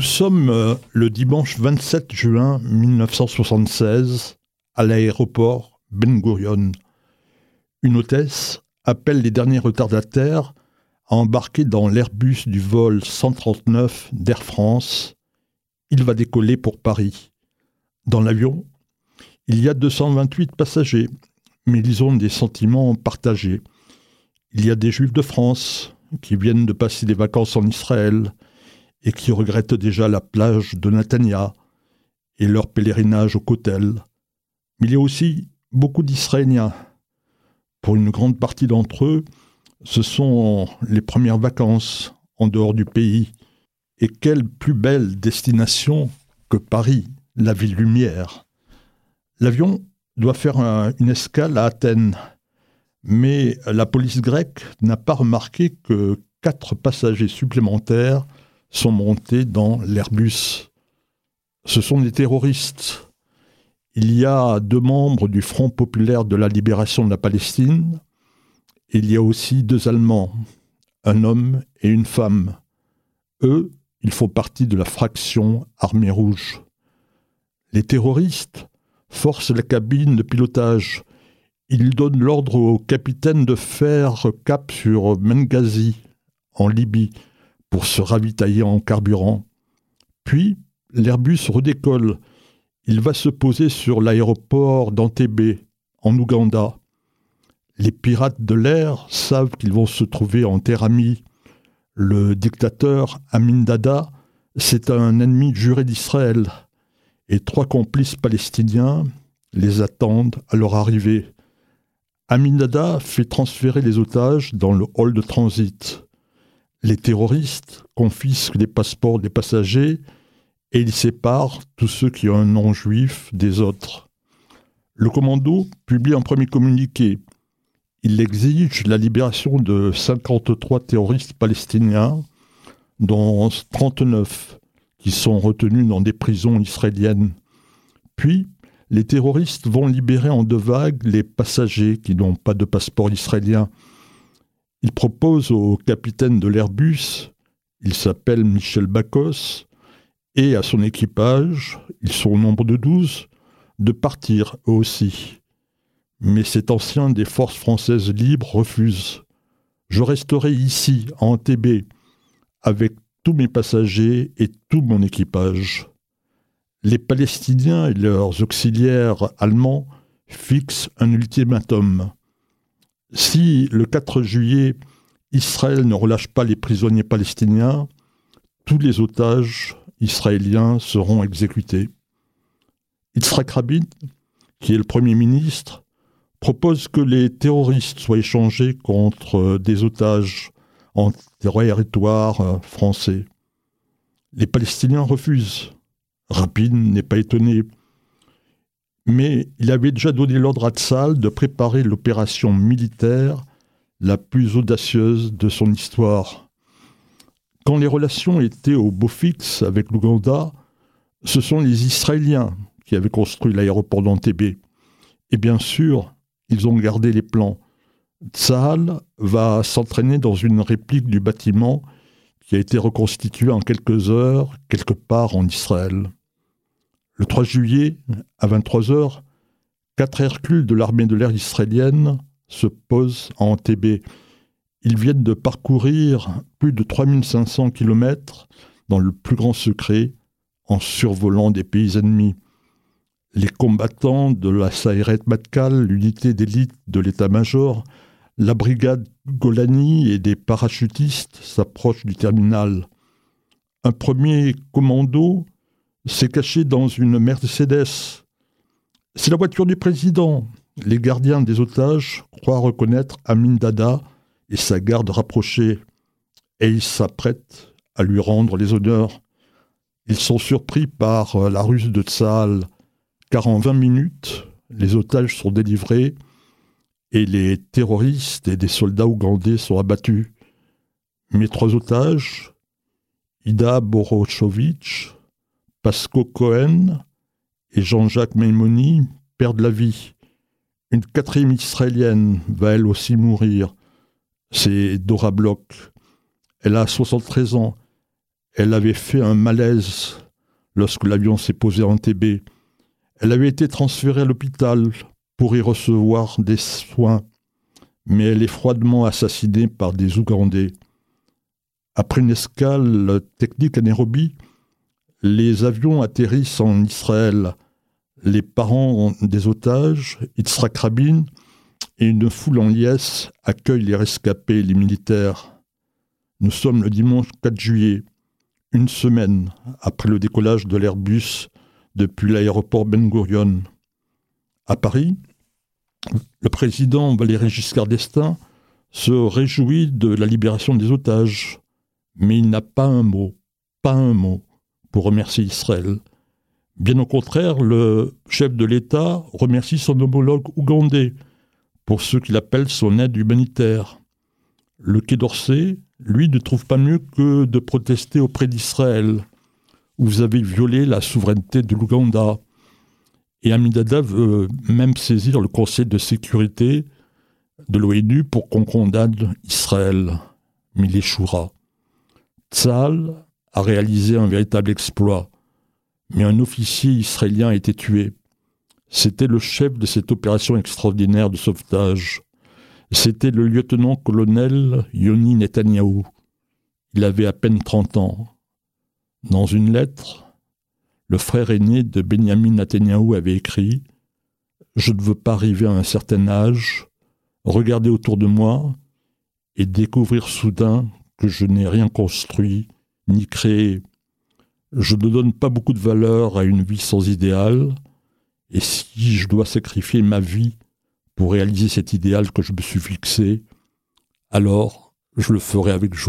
sommes le dimanche 27 juin 1976 à l'aéroport Ben Gurion. Une hôtesse appelle les derniers retardataires à embarquer dans l'Airbus du vol 139 d'Air France. Il va décoller pour Paris. Dans l'avion, il y a 228 passagers, mais ils ont des sentiments partagés. Il y a des Juifs de France qui viennent de passer des vacances en Israël et qui regrettent déjà la plage de Netanya et leur pèlerinage au Kotel. Mais il y a aussi beaucoup d'Israéliens. Pour une grande partie d'entre eux, ce sont les premières vacances en dehors du pays. Et quelle plus belle destination que Paris, la ville lumière. L'avion doit faire une escale à Athènes, mais la police grecque n'a pas remarqué que 4 passagers supplémentaires sont montés dans l'Airbus. Ce sont des terroristes. Il y a 2 membres du Front populaire de la libération de la Palestine. Il y a aussi 2 Allemands, un homme et une femme. Eux, ils font partie de la fraction Armée Rouge. Les terroristes forcent la cabine de pilotage. Ils donnent l'ordre au capitaine de faire cap sur Benghazi, en Libye, pour se ravitailler en carburant. Puis, l'Airbus redécolle. Il va se poser sur l'aéroport d'Entebbe, en Ouganda. Les pirates de l'air savent qu'ils vont se trouver en terre amie. Le dictateur Amin Dada, c'est un ennemi juré d'Israël. Et 3 complices palestiniens les attendent à leur arrivée. Amin Dada fait transférer les otages dans le hall de transit. Les terroristes confisquent les passeports des passagers et ils séparent tous ceux qui ont un nom juif des autres. Le commando publie un premier communiqué. Il exige la libération de 53 terroristes palestiniens, dont 39 qui sont retenus dans des prisons israéliennes. Puis, les terroristes vont libérer en 2 vagues les passagers qui n'ont pas de passeport israélien. Ils proposent au capitaine de l'Airbus, il s'appelle Michel Bakos, et à son équipage, ils sont au nombre de 12, de partir eux aussi. Mais cet ancien des forces françaises libres refuse. Je resterai ici, à Entebbe, avec tous mes passagers et tout mon équipage. Les Palestiniens et leurs auxiliaires allemands fixent un ultimatum. Si, le 4 juillet, Israël ne relâche pas les prisonniers palestiniens, tous les otages israéliens seront exécutés. Yitzhak Rabin, qui est le Premier ministre, propose que les terroristes soient échangés contre des otages en territoire français. Les Palestiniens refusent. Rabin n'est pas étonné. Mais il avait déjà donné l'ordre à Tzahal de préparer l'opération militaire la plus audacieuse de son histoire. Quand les relations étaient au beau fixe avec l'Ouganda, ce sont les Israéliens qui avaient construit l'aéroport d'Entebbe. Et bien sûr, ils ont gardé les plans. Tzahal va s'entraîner dans une réplique du bâtiment qui a été reconstitué en quelques heures, quelque part en Israël. Le 3 juillet, à 23h, 4 Hercules de l'armée de l'air israélienne se posent à Entebbe. Ils viennent de parcourir plus de 3500 km dans le plus grand secret en survolant des pays ennemis. Les combattants de la Sayeret Matkal, l'unité d'élite de l'état-major, la brigade Golani et des parachutistes s'approchent du terminal. Un premier commando s'est caché dans une Mercedes. C'est la voiture du président. Les gardiens des otages croient reconnaître Amin Dada et sa garde rapprochée, et ils s'apprêtent à lui rendre les honneurs. Ils sont surpris par la ruse de Tzahal, car en 20 minutes, les otages sont délivrés et les terroristes et des soldats ougandais sont abattus. Mes 3 otages, Ida Borochovitch, Pasco Cohen et Jean-Jacques Maimoni, perdent la vie. Une 4e israélienne va elle aussi mourir. C'est Dora Bloch. Elle a 73 ans. Elle avait fait un malaise lorsque l'avion s'est posé à Entebbe. Elle avait été transférée à l'hôpital pour y recevoir des soins, mais elle est froidement assassinée par des Ougandais. Après une escale technique à Nairobi, les avions atterrissent en Israël. Les parents des otages, Yitzhak Rabin, et une foule en liesse accueillent les rescapés et les militaires. Nous sommes le dimanche 4 juillet, une semaine après le décollage de l'Airbus depuis l'aéroport Ben Gurion. À Paris, le président Valéry Giscard d'Estaing se réjouit de la libération des otages, mais il n'a pas un mot pour remercier Israël. Bien au contraire, le chef de l'État remercie son homologue ougandais pour ce qu'il appelle son aide humanitaire. Le Quai d'Orsay, lui, ne trouve pas mieux que de protester auprès d'Israël. Vous avez violé la souveraineté de l'Ouganda. Et Amidada veut même saisir le Conseil de sécurité de l'ONU pour qu'on condamne Israël. Mais il échouera. Tzahal a réalisé un véritable exploit. Mais un officier israélien a été tué. C'était le chef de cette opération extraordinaire de sauvetage. C'était le lieutenant-colonel Yoni Netanyahou. Il avait à peine 30 ans. Dans une lettre, le frère aîné de Benjamin Netanyahou avait écrit « Je ne veux pas arriver à un certain âge, regarder autour de moi et découvrir soudain que je n'ai rien construit ni créé. Je ne donne pas beaucoup de valeur à une vie sans idéal, et si je dois sacrifier ma vie pour réaliser cet idéal que je me suis fixé, alors je le ferai avec joie. »